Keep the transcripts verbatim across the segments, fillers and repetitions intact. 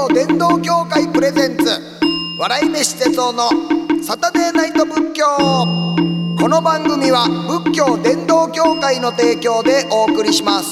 教伝道協会プレゼンツ笑い飯哲夫のサタデーナイト仏教。この番組は仏教伝道協会の提供でお送りします。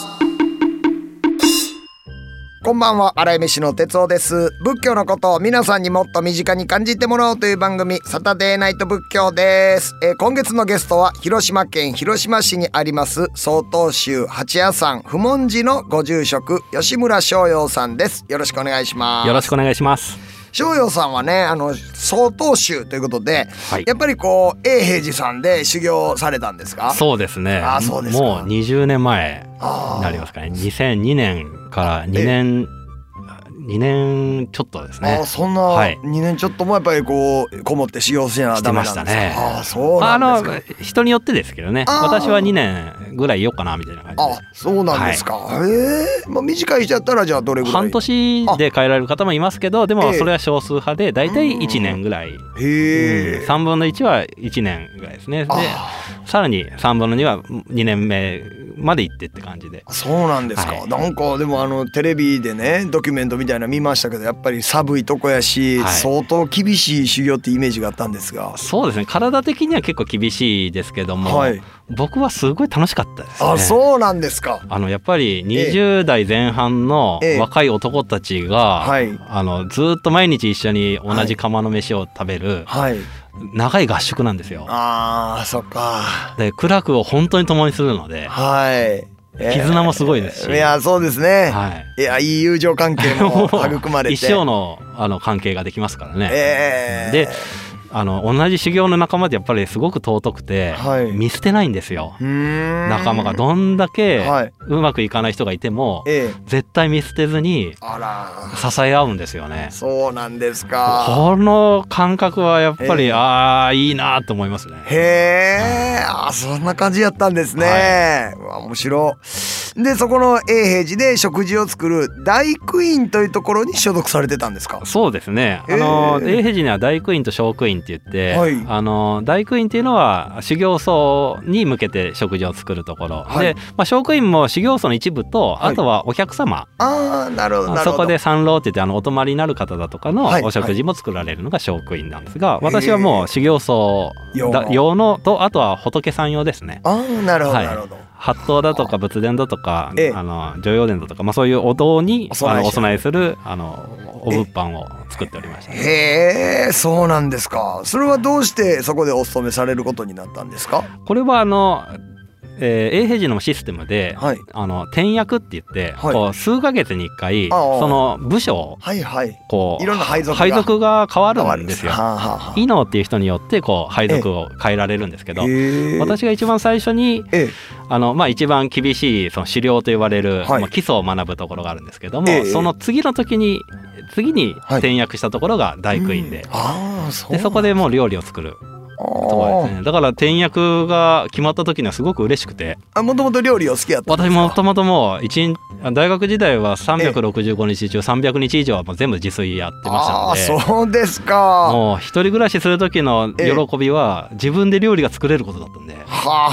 こんばんは、笑い飯の哲夫です。仏教のことを皆さんにもっと身近に感じてもらおうという番組、サタデーナイト仏教です。えー、今月のゲストは広島県広島市にあります曹洞宗八谷山普門寺のご住職吉村逍遥さんです。よろしくお願いします。 よろしくお願いします。 逍遥さんはね、あの曹洞宗ということで、はい、やっぱりこう永平寺さんで修行されたんですか？ そうですね。 あ、そうですか。 もうにじゅうねんまえになりますかね。にせんにねんからにねんにねんちょっとですね。 あ、そんなにねんちょっともやっぱりこうこもって修行しなダメなんですか？してましたね。あ、そうなんですか。 あの人によってですけどね。私はにねんぐらいいようかなみたいな感じで。 あ、そうなんですか。はい、えー、まあ、短い人やったらじゃあどれぐらい？ 半年で変えられる方もいますけど、でもそれは少数派でだいたいいちねんぐらい。へえ。さんぶんのいちはいちねんぐらいですね。でさらにさんぶんのにはにねんめまで行ってって感じで。 そうなんですか。はい、なんかでもあのテレビでねドキュメントみたいなの見ましたけど、やっぱり寒いとこやし、はい、相当厳しい修行ってイメージがあったんですが。 そうですね。体的には結構厳しいですけども、はい、僕はすごい楽しかったですね。 あ、そうなんですか。 あのやっぱりにじゅうだいぜん半の若い男たちが、ええ、あのずっと毎日一緒に同じ釜の飯を食べる、はいはい、長い合宿なんですよ。 あー、そっか。 で苦楽を本当に共にするので、はい、絆もすごいですし、 えー、いやそうですね、はい、いやいい友情関係も育まれて一生の、あの関係ができますからね、 えー、 であの同じ修行の仲間でやっぱりすごく尊くて、はい、見捨てないんですよ。仲間がどんだけうまくいかない人がいても、はい、絶対見捨てずに支え合うんですよね。 そうなんですか。 この感覚はやっぱり、えー、ああいいなと思いますね。 へえ、うん、あ、そんな感じやったんですね、はい、うわ面白い。でそこの永平寺で食事を作る大工院というところに所属されてたんですか？ そうですね。あの、えー、永平寺には大工院と小工院って言って、はい、あの大工院っていうのは修行僧に向けて食事を作るところ、はい、で、まあ、小工院も修行僧の一部と、はい、あとはお客様、 あー、なるほどなるほど。 そこで参籠って言ってあのお泊まりになる方だとかのお食事も作られるのが小工院なんですが、はい、私はもう修行僧用のと、あとは仏さん用ですね。 あー、なるほどなるほど。 八刀だとか仏殿だとか、ええ、あの浄養殿だとか、まあ、そういうお堂にお供えするあのお物販を作っておりました、ね。 へえ、そうなんですか。それはどうしてそこでお勤めされることになったんですか？ これはあのえー、永平寺のシステムで、はい、あの転役って言って、はい、こう数ヶ月にいっかいその部署を、はいはい、こういろんな配属が、配属が変わるんですよ。はあはあ、異能っていう人によってこう配属を変えられるんですけど、私が一番最初にあの、まあ、一番厳しいその修行と言われる、はい、まあ、基礎を学ぶところがあるんですけども、その次の時に次に転役したところが大工院で、はい、そ, でそこでもう料理を作る。ですね、だから転役が決まった時にはすごく嬉しくて。 あ、もともと料理を好きやったんですか？ 私もともともう一日大学時代はさんびゃくろくじゅうごにち中さんびゃくにち以上はもう全部自炊やってましたので。 あ、そうですか。 もう一人暮らしする時の喜びは自分で料理が作れることだったんで、は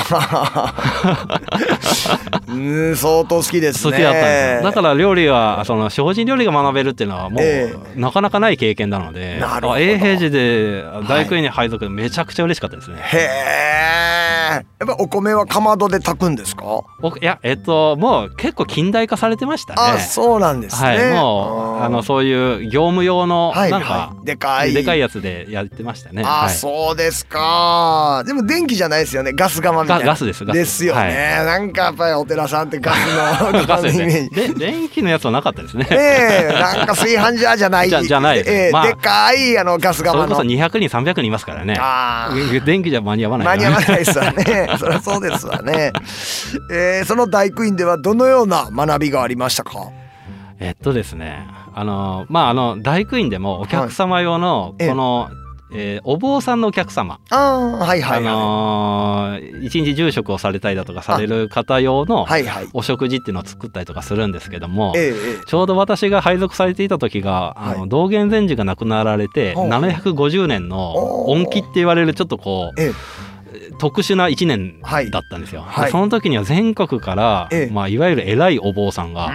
あうん、相当好きですね。 好きだったんですよ。だから料理はその精進料理が学べるっていうのはもうなかなかない経験なので、永平寺で大工院に配属でめちゃくちゃ嬉しかったですね。 へえ。やっぱお米はかまどで炊くんですか？ いや、えっともう結構近代化されてましたね。 あ、そうなんですね。 はい、もうあのそういう業務用のなんか、はいはい、 でかいでかいやつでやってましたね。 あ、 はい、 そうですか。でも電気じゃないですよね。ガス釜みたいな。 ガスですガスですよね、はい、なんかやっぱりお寺さんってガスのガスですね。で電気のやつはなかったですね。 ええ、なんか炊飯ジャーじゃないじゃじゃないです、 えーまあ、でかいあのガス釜のそれこそにひゃくにんさんびゃくにんいますからね。あ、電気じゃ間に合わない、 間に合わないですわね。そりゃそうですわね。えー、その大工院ではどのような学びがありましたか？ えっとですね、あのまああの大工院でもお客様用のこの、はい、えー、お坊さんのお客様、 あ、はいはいはい、 あのー、一日住職をされたりだとかされる方用のお食事っていうのを作ったりとかするんですけども、はいはい、ちょうど私が配属されていた時が、はい、あの道元禅師が亡くなられてななひゃくごじゅうねんの恩期って言われるちょっとこう、ええ、特殊ないちねんだったんですよ、はいはい、その時には全国から、ええ、まあ、いわゆる偉いお坊さんが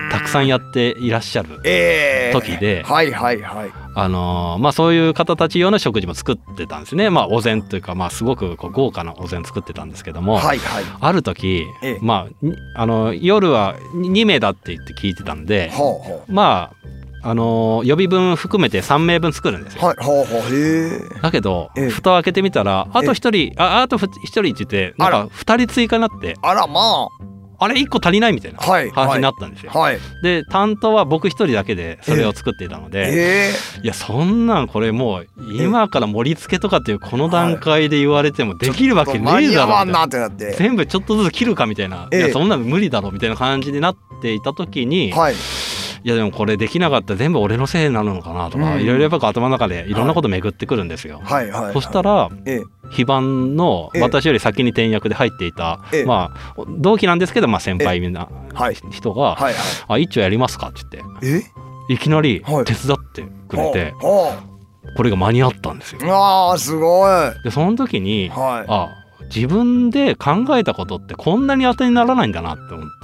たくさんやっていらっしゃる時で、 えー、はいはいはい、 あのーまあ、そういう方たち用の食事も作ってたんですね。まあ、お膳というか、まあ、すごくこう豪華なお膳作ってたんですけども、はいはい、ある時、ええ、まあ、あの夜はに名だって言って聞いてたんで、ほうほう、まああのー、予備分含めてさん名分作るんですよ、はい、ほうほう、へー。だけど、ええ、蓋を開けてみたらあとひとり、ああとひとりって言ってなんかふたり追加になって、あらまああれいっこ足りないみたいな話になったんですよ、はいはい、で担当は僕一人だけでそれを作っていたので、えー、いやそんなんこれもう今から盛り付けとかっていうこの段階で言われてもできるわけねえだろみたいな、全部ちょっとずつ切るかみたいな、えー、いやそんなの無理だろみたいな感じになっていた時に、はい、いやでもこれできなかったら全部俺のせいなのかなとか、うん、いろいろやっぱ頭の中でいろんなこと巡ってくるんですよ、はいはいはいはい、そしたら、えー非番の私より先に転役で入っていた、ええ、まあ同期なんですけど、まあ、先輩みんな人が「はいはいはい、あ一丁やりますか」って言ってえいきなり手伝ってくれて、はい、これが間に合ったんですよ。 あーすごい。 でその時に、はい、あ自分で考えたことってこんなに当てにならないんだなって思って、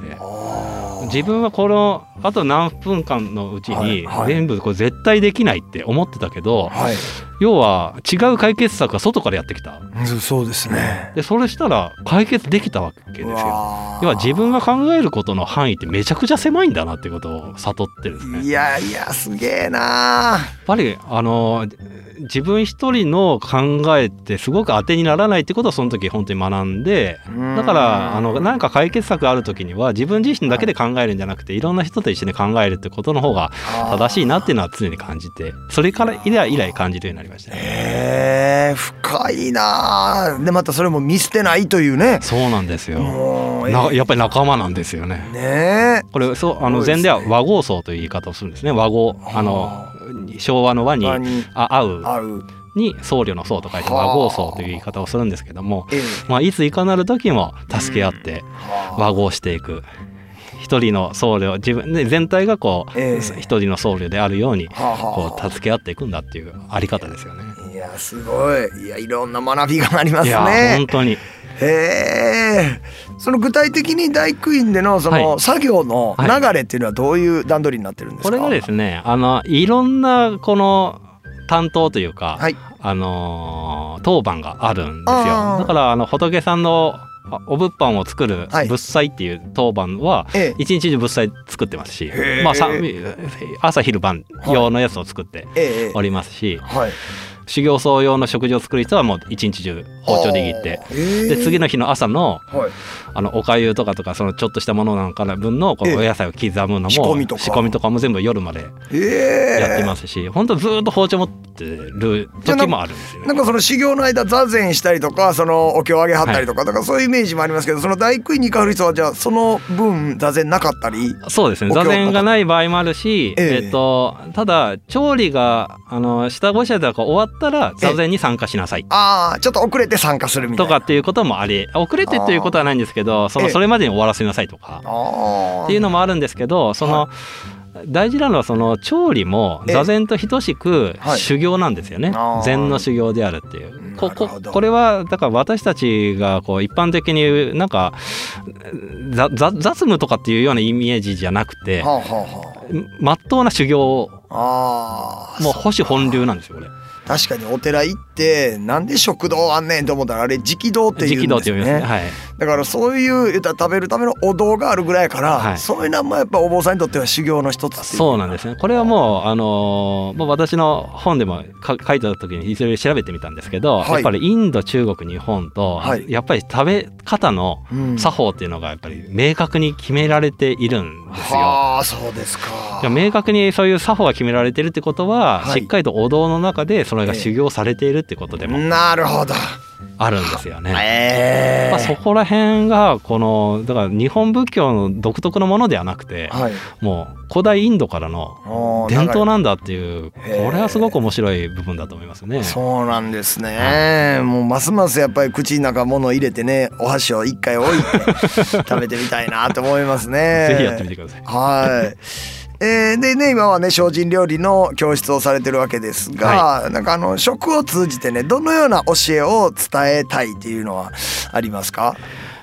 自分はこのあと何分間のうちに全部これ絶対できないって思ってたけど、はいはい、要は違う解決策が外からやってきた。 そうですね。 でそれしたら解決できたわけですよ。要は自分が考えることの範囲ってめちゃくちゃ狭いんだなっていうことを悟ってるんですね。 いやいやすげえな。やっぱりあの自分一人の考えってすごく当てにならないってことをその時本当に学んで、だからあのなんか解決策ある時には自分自身だけで考えるんじゃなくていろんな人と一緒に考えるってことの方が正しいなっていうのは常に感じて、それから以来以来感じるようになりましたね。 へー深いな。でまたそれも見捨てないというね。 そうなんですよ。なやっぱり仲間なんですよね。ねこれそうあの禅では和合僧という言い方をするんですね。和合あの昭和の和にあ合うに僧侶の僧と書いて和合僧という言い方をするんですけども、まあ、いついかなる時も助け合って和合していく一人の僧侶自分で全体がこう一人の僧侶であるようにこう助け合っていくんだっていうあり方ですよね。 いやすごい。いやいろんな学びがありますね。いや本当に。 へえ。その具体的に大工院でのその作業の流れっていうのはどういう段取りになってるんですか。 これがですねあのいろんなこの担当というか、はい、あの当番があるんですよ。だからあの仏さんのお物販を作る仏祭っていう当番は一日中仏祭作ってますし、まあ、朝昼晩用のやつを作っておりますし、はい、修行僧用の食事を作る人はもう一日中包丁握ってで次の日の朝の、はい、あのおかゆとかとかそのちょっとしたものなんかの分のこのお野菜を刻むのも仕込みとか、仕込みとかも全部夜までやってますし、本当ずっと包丁持ってる時もあるんですよね。 なんかその修行の間座禅したりとかそのお経をあげはったりとか、はい、だからそういうイメージもありますけど、その大工院に行かはる人はじゃあその分座禅なかったり。 そうですね座禅がない場合もあるし、えーえー、とただ調理があの下ごしらえとか終わったら座禅に参加しなさい、 ああちょっと遅れて参加するみたいなとかっていうこともあり、遅れてっていうことはないんですけど、そのそれまでに終わらせなさいとかっていうのもあるんですけど、その大事なのはその調理も座禅と等しく修行なんですよね。禅の修行であるっていう。こここれはだから私たちがこう一般的になんか雑務とかっていうようなイメージじゃなくて、まっとうな修行、もう保守本流なんですよこれ。 確かにお寺行ってなんで食堂あんねんと思ったらあれ直堂っていうんですよね。ね、はい、だからそういう言ったら食べるためのお堂があるぐらいから、はい、そういうのもやっぱお坊さんにとっては修行の一つっていう。 そうなんですね。これはもうあのー、もう私の本でも書いた時にいろいろ調べてみたんですけど、はい、やっぱりインド中国日本と、はい、やっぱり食べ方の作法っていうのがやっぱり明確に決められているんですよ。 はあそうですか。 明確にそういう作法が決められているってことは、はい、しっかりとお堂の中でそれが修行されているってことでもなるほどあるんですよね。えーまあ、そこら辺がこのだから日本仏教の独特のものではなくて、はい、もう古代インドからの伝統なんだっていう、これはすごく面白い部分だと思いますね。 そうなんですね、はい、もうますますやっぱり口の中物を入れてねお箸を一回置いて食べてみたいなと思いますね。 ぜひやってみてください。 はいえー、でね今はね精進料理の教室をされてるわけですが、はい、なんかあの食を通じてねどのような教えを伝えたいっていうのはありますか？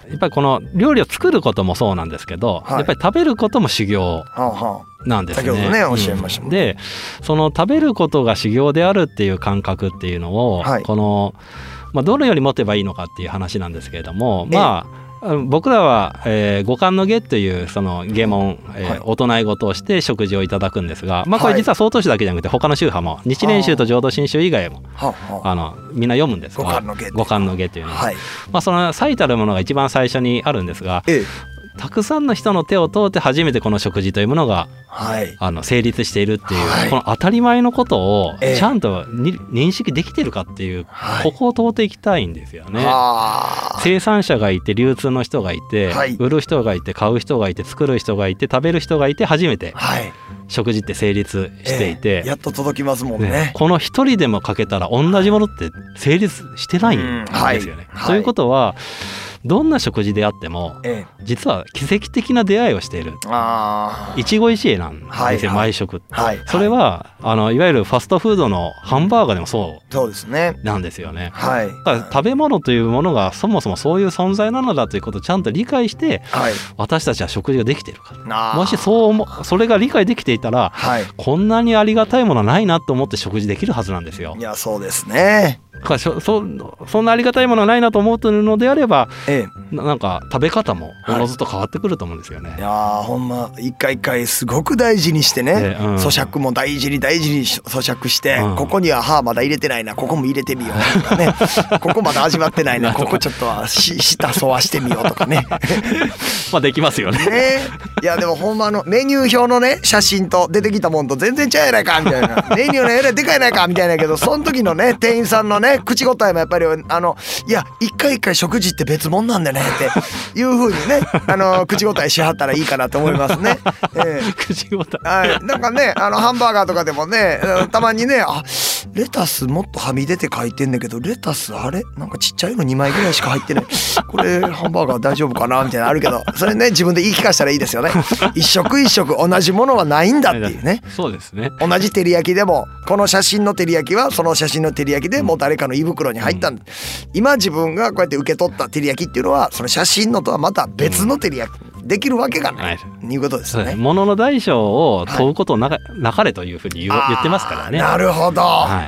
やっぱりこの料理を作ることもそうなんですけど、はい、やっぱり食べることも修行なんですね。 先ほどねおっしゃいましたもん、 うん、でその食べることが修行であるっていう感覚っていうのを、はい、この、まあ、どのように持てばいいのかっていう話なんですけれども、まあ僕らは、えー、五感の下というその下門、えーはい、お唱え事をして食事をいただくんですが、まあ、これ実は曹洞宗だけじゃなくて他の宗派も日蓮宗と浄土真宗以外もあのみんな読むんですが、五感の下というのは、はい、まあ、その最たるものが一番最初にあるんですが、ええ、たくさんの人の手を通って初めてこの食事というものが、はい、あの成立しているっていう、はい、この当たり前のことをちゃんとに、ええ、認識できてるかっていう、はい、ここを問うていきたいんですよね。生産者がいて流通の人がいて、はい、売る人がいて買う人がいて作る人がいて食べる人がいて初めて、はい、食事って成立していて、 ええ、やっと届きますもん ね, ねこの一人でもかけたら同じものって成立してないんですよね、はい、ということはどんな食事であっても、ええ、実は奇跡的な出会いをしている。あ一期一会なんですよ、はいはい、毎食、はいはい、それはあのいわゆるファストフードのハンバーガーでもそうなんですよね。はい、だから食べ物というものがそもそもそういう存在なのだということをちゃんと理解して、はい、私たちは食事ができているか、もしそうもそれが理解できていたら、はい、こんなにありがたいものはないなと思って食事できるはずなんですよ。 いやそうですね。 そ, そ, そんなありがたいものはないなと思っているのであれば、ええ、な, なんか食べ方もおのずと変わってくると思うんですよね、はい、いやほんま一回一回すごく大事にしてね、ええ、うん、咀嚼も大事に大事に咀嚼して、うん、ここには歯まだ入れてないな、ここも入れてみようとかねここまだ味わってないなここちょっとは舌沿わしてみようとかねまあできますよ ね, ねいやでもほんまあのメニュー表のね写真と出てきたもんと全然ちゃうやないかみたいなメニューのえらいでかいやないかみたいなけど、その時のね店員さんのね口答えもやっぱりあのいや一回一回食事って別物なんだねっていう風にねあの口答えしはったらいいかなと思いますね、えー、 口答え、 はい、なんかねあのハンバーガーとかでもねたまにねあレタスもっとはみ出て書いてんだけどレタスあれなんかちっちゃいのにまいぐらいしか入ってないこれハンバーガー大丈夫かなみたいなのあるけど、それね自分で言い聞かせたらいいですよね一食一食同じものはないんだっていうね。 そうですね。 同じ照り焼きでもこの写真の照り焼きはその写真の照り焼きでもう誰かの胃袋に入ったんだ、うん、今自分がこうやって受け取った照り焼きっていうのはその写真のとはまた別の照り焼き、うん、できるわけがない、はい、いうことですね。 物の大小を問うことをなか、はい、なかれというふうに 言, 言ってますからね。 なるほど、はい、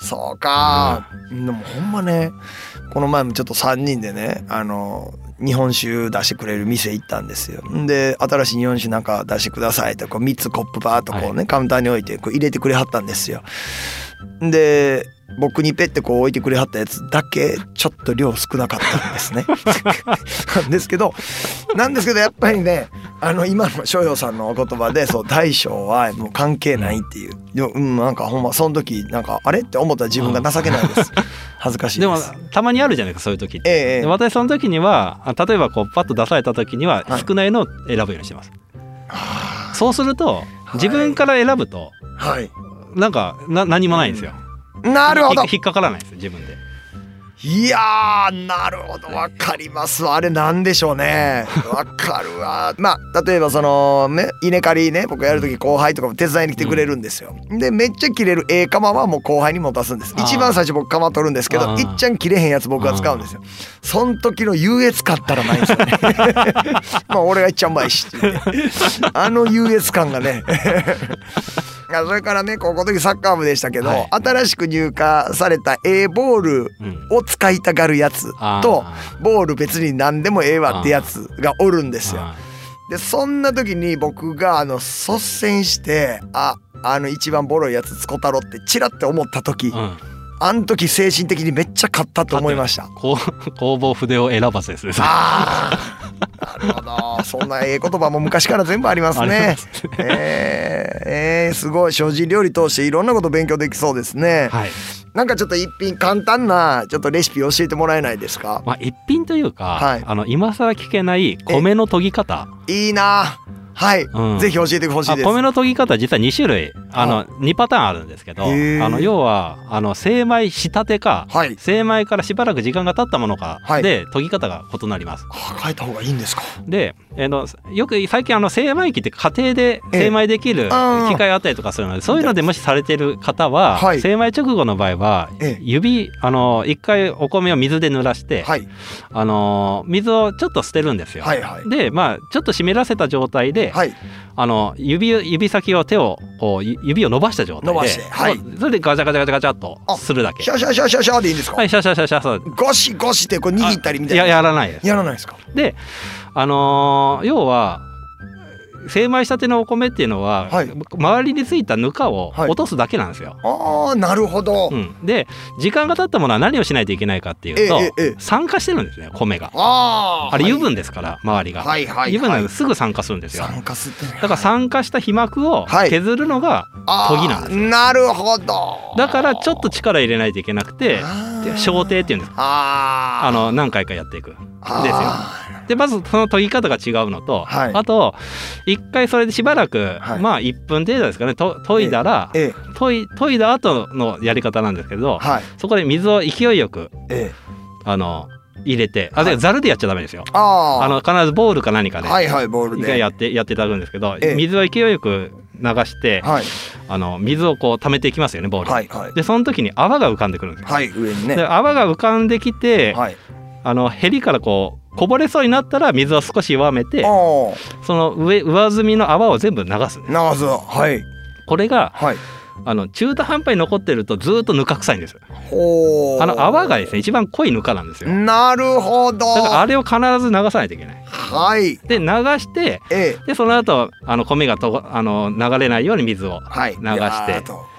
そうか、うん、でもほんまねこの前もちょっとさんにんでねあの日本酒出してくれる店行ったんですよ。で新しい日本酒なんか出してくださいとこうみっつコップバーっとこうね、はい、カウンターに置いてこう入れてくれはったんですよ。で僕にペッてこう置いてくれはったやつだけちょっと量少なかったんですねなんですけどなんですけどやっぱりねあの今の翔陽さんのお言葉でそう大小はもう関係ないっていう、でも、うん、なんかほんまその時なんかあれって思ったら自分が情けないです恥ずかしいです。 でもたまにあるじゃないですかそういう時って、ええ、私その時には例えばこうパッと出された時には少ないのを選ぶようにしてます、はい、そうすると自分から選ぶと、はい、なんかな何もないんですよ、 うん、なるほど引っかからないです自分で。 いやーなるほどわかります。あれなんでしょうねわかるわ。まあ例えばそのね稲刈りね僕やるとき後輩とかも手伝いに来てくれるんですよ、うん、でめっちゃ切れるええ釜はもう後輩に持たすんです。一番最初僕釜取るんですけどいっちゃん切れへんやつ僕が使うんですよ。そん時の優越感ったらないんですよねまあ俺がいっちゃん前しってあの優越感がねそれからね高校の時サッカー部でしたけど、はい、新しく入荷された A ボールを使いたがるやつと、うん、ボール別に何でもええわってやつがおるんですよ。でそんな時に僕があの率先してああの一番ボロいやつ使ったろってチラって思った時、うん、あの時精神的にめっちゃ勝ったと思いました。 工房筆を選ばずですね。 あなるほどそんなええ言葉も昔から全部ありますねえー、えー、すごい精進料理通していろんなこと勉強できそうですね、はい、なんかちょっと一品簡単なちょっとレシピ教えてもらえないですか。 まあ、一品というか、はい、あの今更聞けない米の研ぎ方いいなはい、うん、ぜひ教えてほしいです。 米の研ぎ方は実はに種類あの、はい、にパターンあるんですけど、あの要はあの精米したてか、はい、精米からしばらく時間が経ったものかで研ぎ方が異なります。 はい、変えた方がいいんですか。 で、えー、のよく最近あの精米機って家庭で精米できる機械あったりとかするので、そういうのでもしされてる方は、はい、精米直後の場合は指あの一回お米を水で濡らして、はい、あの水をちょっと捨てるんですよ。はいはい、でまあちょっと湿らせた状態で、はい、あの 指, 指先を手をこう指を伸ばした状態で伸ばして、はい、それでガチャガチャガチャガチャっとするだけ。 シャシャシャシャシャでいいんですか。 はい、シャシャシャシャ。そうゴシゴシってこう握ったりみたいな。 いややらないです。 やらないですか。 であのー、要は精米したてのお米っていうのは、はい、周りについたぬかを落とすだけなんですよ。 はい、ああなるほど、 うん、で時間が経ったものは何をしないといけないかっていうと、えええ、酸化してるんですね米が。ああれ油分ですから、はい、周りが、はいはいはい、油分なのですぐ酸化するんですよ。酸化すって、ね、だから酸化した被膜を削るのが研ぎなんですよ。 なるほど。 だからちょっと力入れないといけなくて小定っていうんです。ああの何回かやっていくんですよ。でまずその研ぎ方が違うのと、はい、あと一回それでしばらく、はい、まあいっぷん程度ですかねと研いだら、ええ、研い研いだ後のやり方なんですけど、はい、そこで水を勢いよく、ええ、あの入れて、あでざるでやっちゃダメですよ。ああの必ずボウルか何かで、はいはい、ボウルでやってやっていただくんですけど、ええ、水を勢いよく流して、はい、あの水をこう溜めていきますよねボウル、はいはい、でその時に泡が浮かんでくるんですよ、はい、上にね。で泡が浮かんできて、はい、あのヘリからこうこぼれそうになったら水を少し弱めてその上上澄みの泡を全部流すんです。 流す、はい、 これが、はい、あの中途半端に残ってるとずっとぬか臭いんです。ほあの泡がですね一番濃いぬかなんですよ。 なるほど。 だからあれを必ず流さないといけない。はい、で流して、ええ、でその後あの米がとあの流れないように水を流して、はい、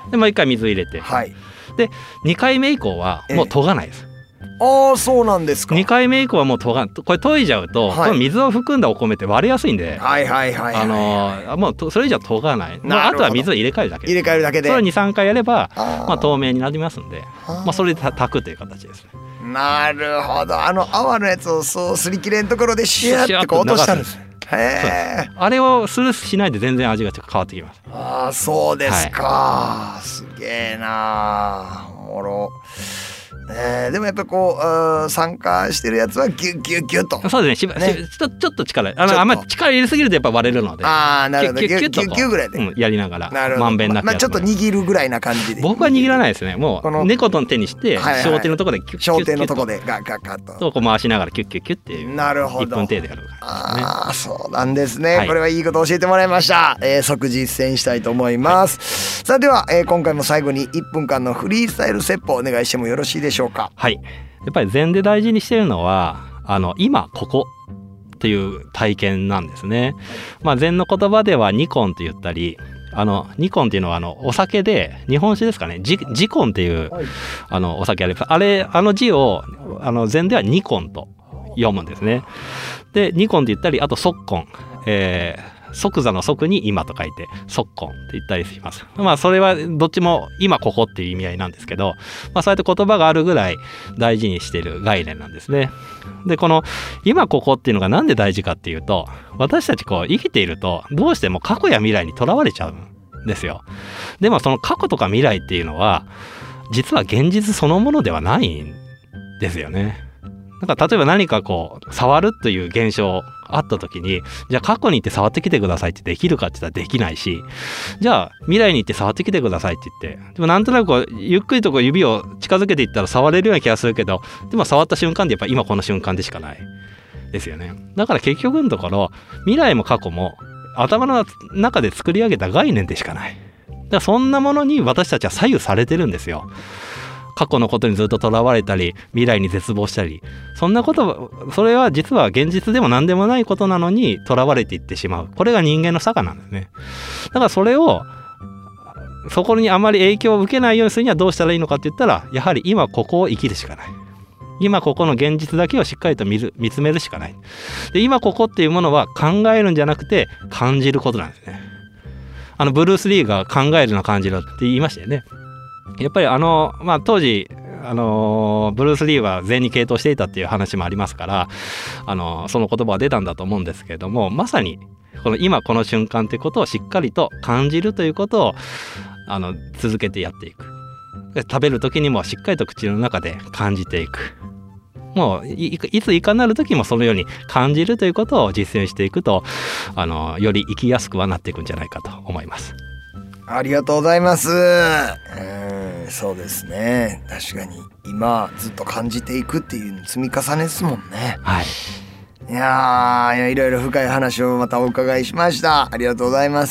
でもう一回水入れて、はい、でにかいめ以降はもう研がないです。ええああそうなんですか。 にかいめ以降はもう研がんこれ研いじゃうと、はい、この水を含んだお米って割れやすいんで、はいはいはいはい、あのー、もうそれ以上研がない。あとは水を入れ替えるだけ。 入れ替えるだけでそれをにさんかいやればあ、まあ、透明になりますんで、まあ、それで炊くという形ですね。 なるほど。あの泡のやつをそうすり切れんところでシューってこう落としたんです。へえ。 あれをするしないで全然味が変わってきます。 ああそうですか、はい、すげえなおもろ。えー、でもやっぱこう参加してるやつはギュッギュッギュッとそうですねしばねちょちょっと力あのあんまり力入れすぎるとやっぱ割れるのでああなるほどギュッギュッギュッギュッぐらいで、 うん、やりながらまんべんなくやる、 まあ、ちょっと握るぐらいな感じで僕は握らないですね。もう猫との手にして小手のところでキュッキュッ小手のところでガッガッガッととこう回しながらキュッキュッキュッっていうなるほどいっぷん程度やる、ね、 ああそうなんですね、はい、これはいいこと教えてもらいました、えー、即実践したいと思います、はい、さあでは、えー、今回も最後にいっぷんかんのフリースタイル説法お願いしてもよろしいでしょうか。 はい、やっぱり禅で大事にしているのはあの今ここっていう体験なんですね。まあ、禅の言葉ではニコンと言ったりあのニコンっていうのはあのお酒で日本酒ですかねジジコンっていう、はい、あのお酒あれあれあの字をあの禅ではニコンと読むんですね。でニコンって言ったりあと即根、えー即座の即に今と書いて即根って言ったりします。まあそれはどっちも今ここっていう意味合いなんですけど、まあそうやって言葉があるぐらい大事にしている概念なんですね。でこの今ここっていうのがなんで大事かっていうと、私たちこう生きているとどうしても過去や未来にとらわれちゃうんですよ。でもその過去とか未来っていうのは実は現実そのものではないんですよね。なんか例えば何かこう触るという現象あった時にじゃあ過去に行って触ってきてくださいってできるかって言ったらできないし、じゃあ未来に行って触ってきてくださいって言ってでもなんとなくこうゆっくりとこう指を近づけていったら触れるような気がするけどでも触った瞬間でやっぱ今この瞬間でしかないですよね。だから結局のところ未来も過去も頭の中で作り上げた概念でしかない。だからそんなものに私たちは左右されてるんですよ。過去のことにずっととらわれたり未来に絶望したりそんなことそれは実は現実でも何でもないことなのにとらわれていってしまう。これが人間の差がなんですね。だからそれをそこにあまり影響を受けないようにするにはどうしたらいいのかって言ったらやはり今ここを生きるしかない。今ここの現実だけをしっかりと見る見つめるしかない。で今ここっていうものは考えるんじゃなくて感じることなんですね。あのブルース・リーが考えるの感じろって言いましたよね。やっぱりあの、まあ、当時あのブルース・リーは禅に傾倒していたっていう話もありますからあのその言葉は出たんだと思うんですけれどもまさにこの今この瞬間ってことをしっかりと感じるということをあの続けてやっていく。食べる時にもしっかりと口の中で感じていく。もう い, いついかなる時もそのように感じるということを実践していくと、あのより生きやすくはなっていくんじゃないかと思います。 ありがとうございます。うん、そうですね。確かに今ずっと感じていくっていう積み重ねですもんね。 はい。 いやー、いろいろ深い話をまたお伺いしました。ありがとうございます。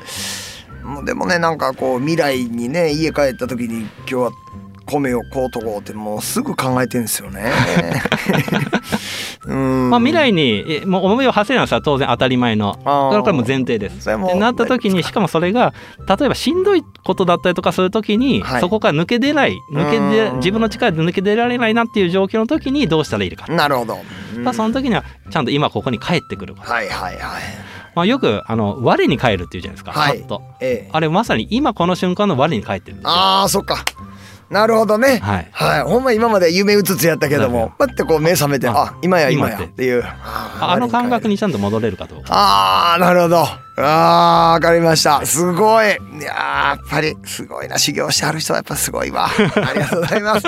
もうでもね、なんかこう未来にね、家帰った時に今日は米をこうとこうってもうすぐ考えてるんですよね。 うん、まあ、未来にもう思いを馳せるのは当然当たり前の、これはもう前提です。ってなった時に、しかもそれが例えばしんどいことだったりとかする時に、はい、そこから抜け出ない抜け出自分の力で抜け出られないなっていう状況の時にどうしたらいいか。 なるほど。 まあ、その時にはちゃんと今ここに帰ってくること。 はいはいはい。 まあ、よくあの我に帰るっていうじゃないですか。はい、とええ、あれまさに今この瞬間の我に帰ってるんですよ。 ああ、そっか。なるほどね。はい、はい、ほんま今まで夢うつつやったけども、パッてこう目覚めて、あ、今や今やっていう、 あの感覚にちゃんと戻れるかどうか。 ああ、なるほど。ああ、わかりました。すごい。いややっぱりすごいな。修行してある人はやっぱすごいわ。ありがとうございます。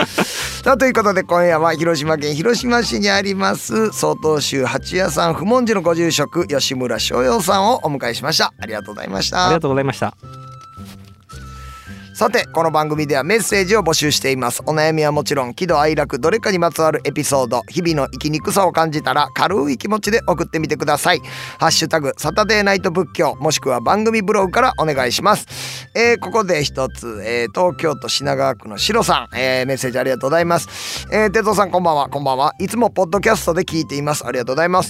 さあ、ということで今夜は広島県広島市にあります曹洞宗八屋さん普門寺のご住職吉村翔陽さんをお迎えしました。ありがとうございました。 ありがとうございました。 さて、この番組ではメッセージを募集しています。お悩みはもちろん喜怒哀楽どれかにまつわるエピソード、日々の生きにくさを感じたら軽い気持ちで送ってみてください。ハッシュタグサタデーナイト仏教、もしくは番組ブログからお願いします。えー、ここで一つ、えー、東京都品川区のシロさん、えー、メッセージありがとうございます。えー、哲夫さんこんばんは。こんばんは。いつもポッドキャストで聞いています。ありがとうございます。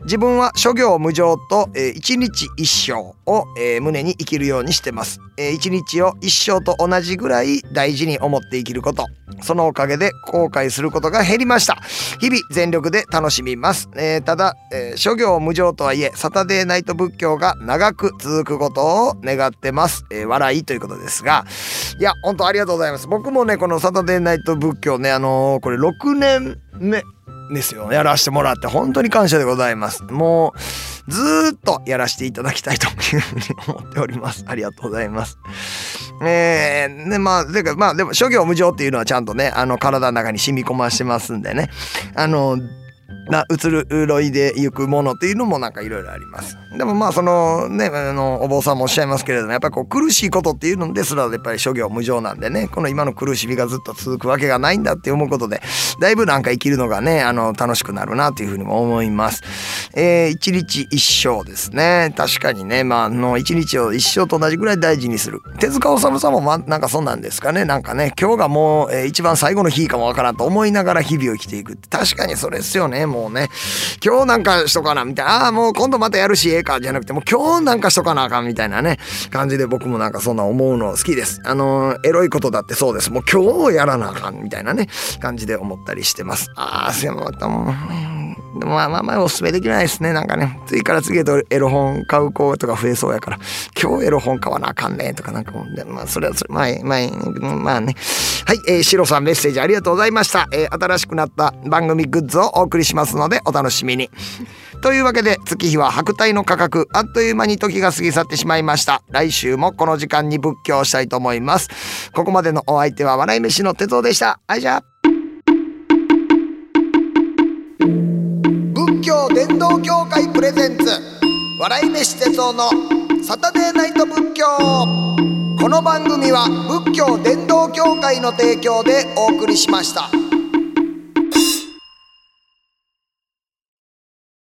自分は諸行無常と、えー、一日一生を、えー、胸に生きるようにしてます。えー、一日を一生と同じぐらい大事に思って生きること、そのおかげで後悔することが減りました。日々全力で楽しみます。えー、ただ、えー、諸行無常とはいえサタデーナイト仏教が長く続くことを願ってます。えー、笑いということですが、いや本当ありがとうございます。僕もねこのサタデーナイト仏教ね、あのー、これろくねんめですよ、やらせてもらって本当に感謝でございます。もうずーっとやらせていただきたいというふうに思っております。ありがとうございます。えー、ね、まあ、でか、まあ、でも、諸行無常っていうのはちゃんとね、あの、体の中に染み込ましてますんでね、あの、な移ろいで行くものっていうのもなんかいろいろあります。でもまあそのね、あのお坊さんもおっしゃいますけれども、やっぱりこう苦しいことっていうのですらやっぱり諸行無常なんでね、この今の苦しみがずっと続くわけがないんだって思うことで、だいぶなんか生きるのがね、あの楽しくなるなというふうにも思います。えー、一日一生ですね。確かにね、まああの一日を一生と同じぐらい大事にする。手塚治虫さんもまあなんかそんなんですかね。なんかね、今日がもう、えー、一番最後の日かもわからんと思いながら日々を生きていくって、確かにそれですよね。もうね、今日なんかしとかなみたいな、ああもう今度またやるしええかじゃなくて、もう今日なんかしとかなあかんみたいなね感じで、僕もなんかそんな思うの好きです。あのエロいことだってそうです。もう今日やらなあかんみたいなね感じで思ったりしてます。ああ、でもまたもうでもまあまあまあおすすめできないですね。なんかね、次から次へとエロ本買う子とか増えそうやから、今日エロ本買わなあかんねとかなんかもう、まあそれはそれ、まあまあまあね。はい、えー、シロさんメッセージありがとうございました。えー、新しくなった番組グッズをお送りしますのでお楽しみに。というわけで月日は白帯の価格、あっという間に時が過ぎ去ってしまいました。来週もこの時間に仏教したいと思います。ここまでのお相手は笑い飯の哲夫でした。あいじゃ。仏教伝道協会プレゼンツ笑い飯哲夫のサタデーナイト仏教。この番組は仏教伝道協会の提供でお送りしました。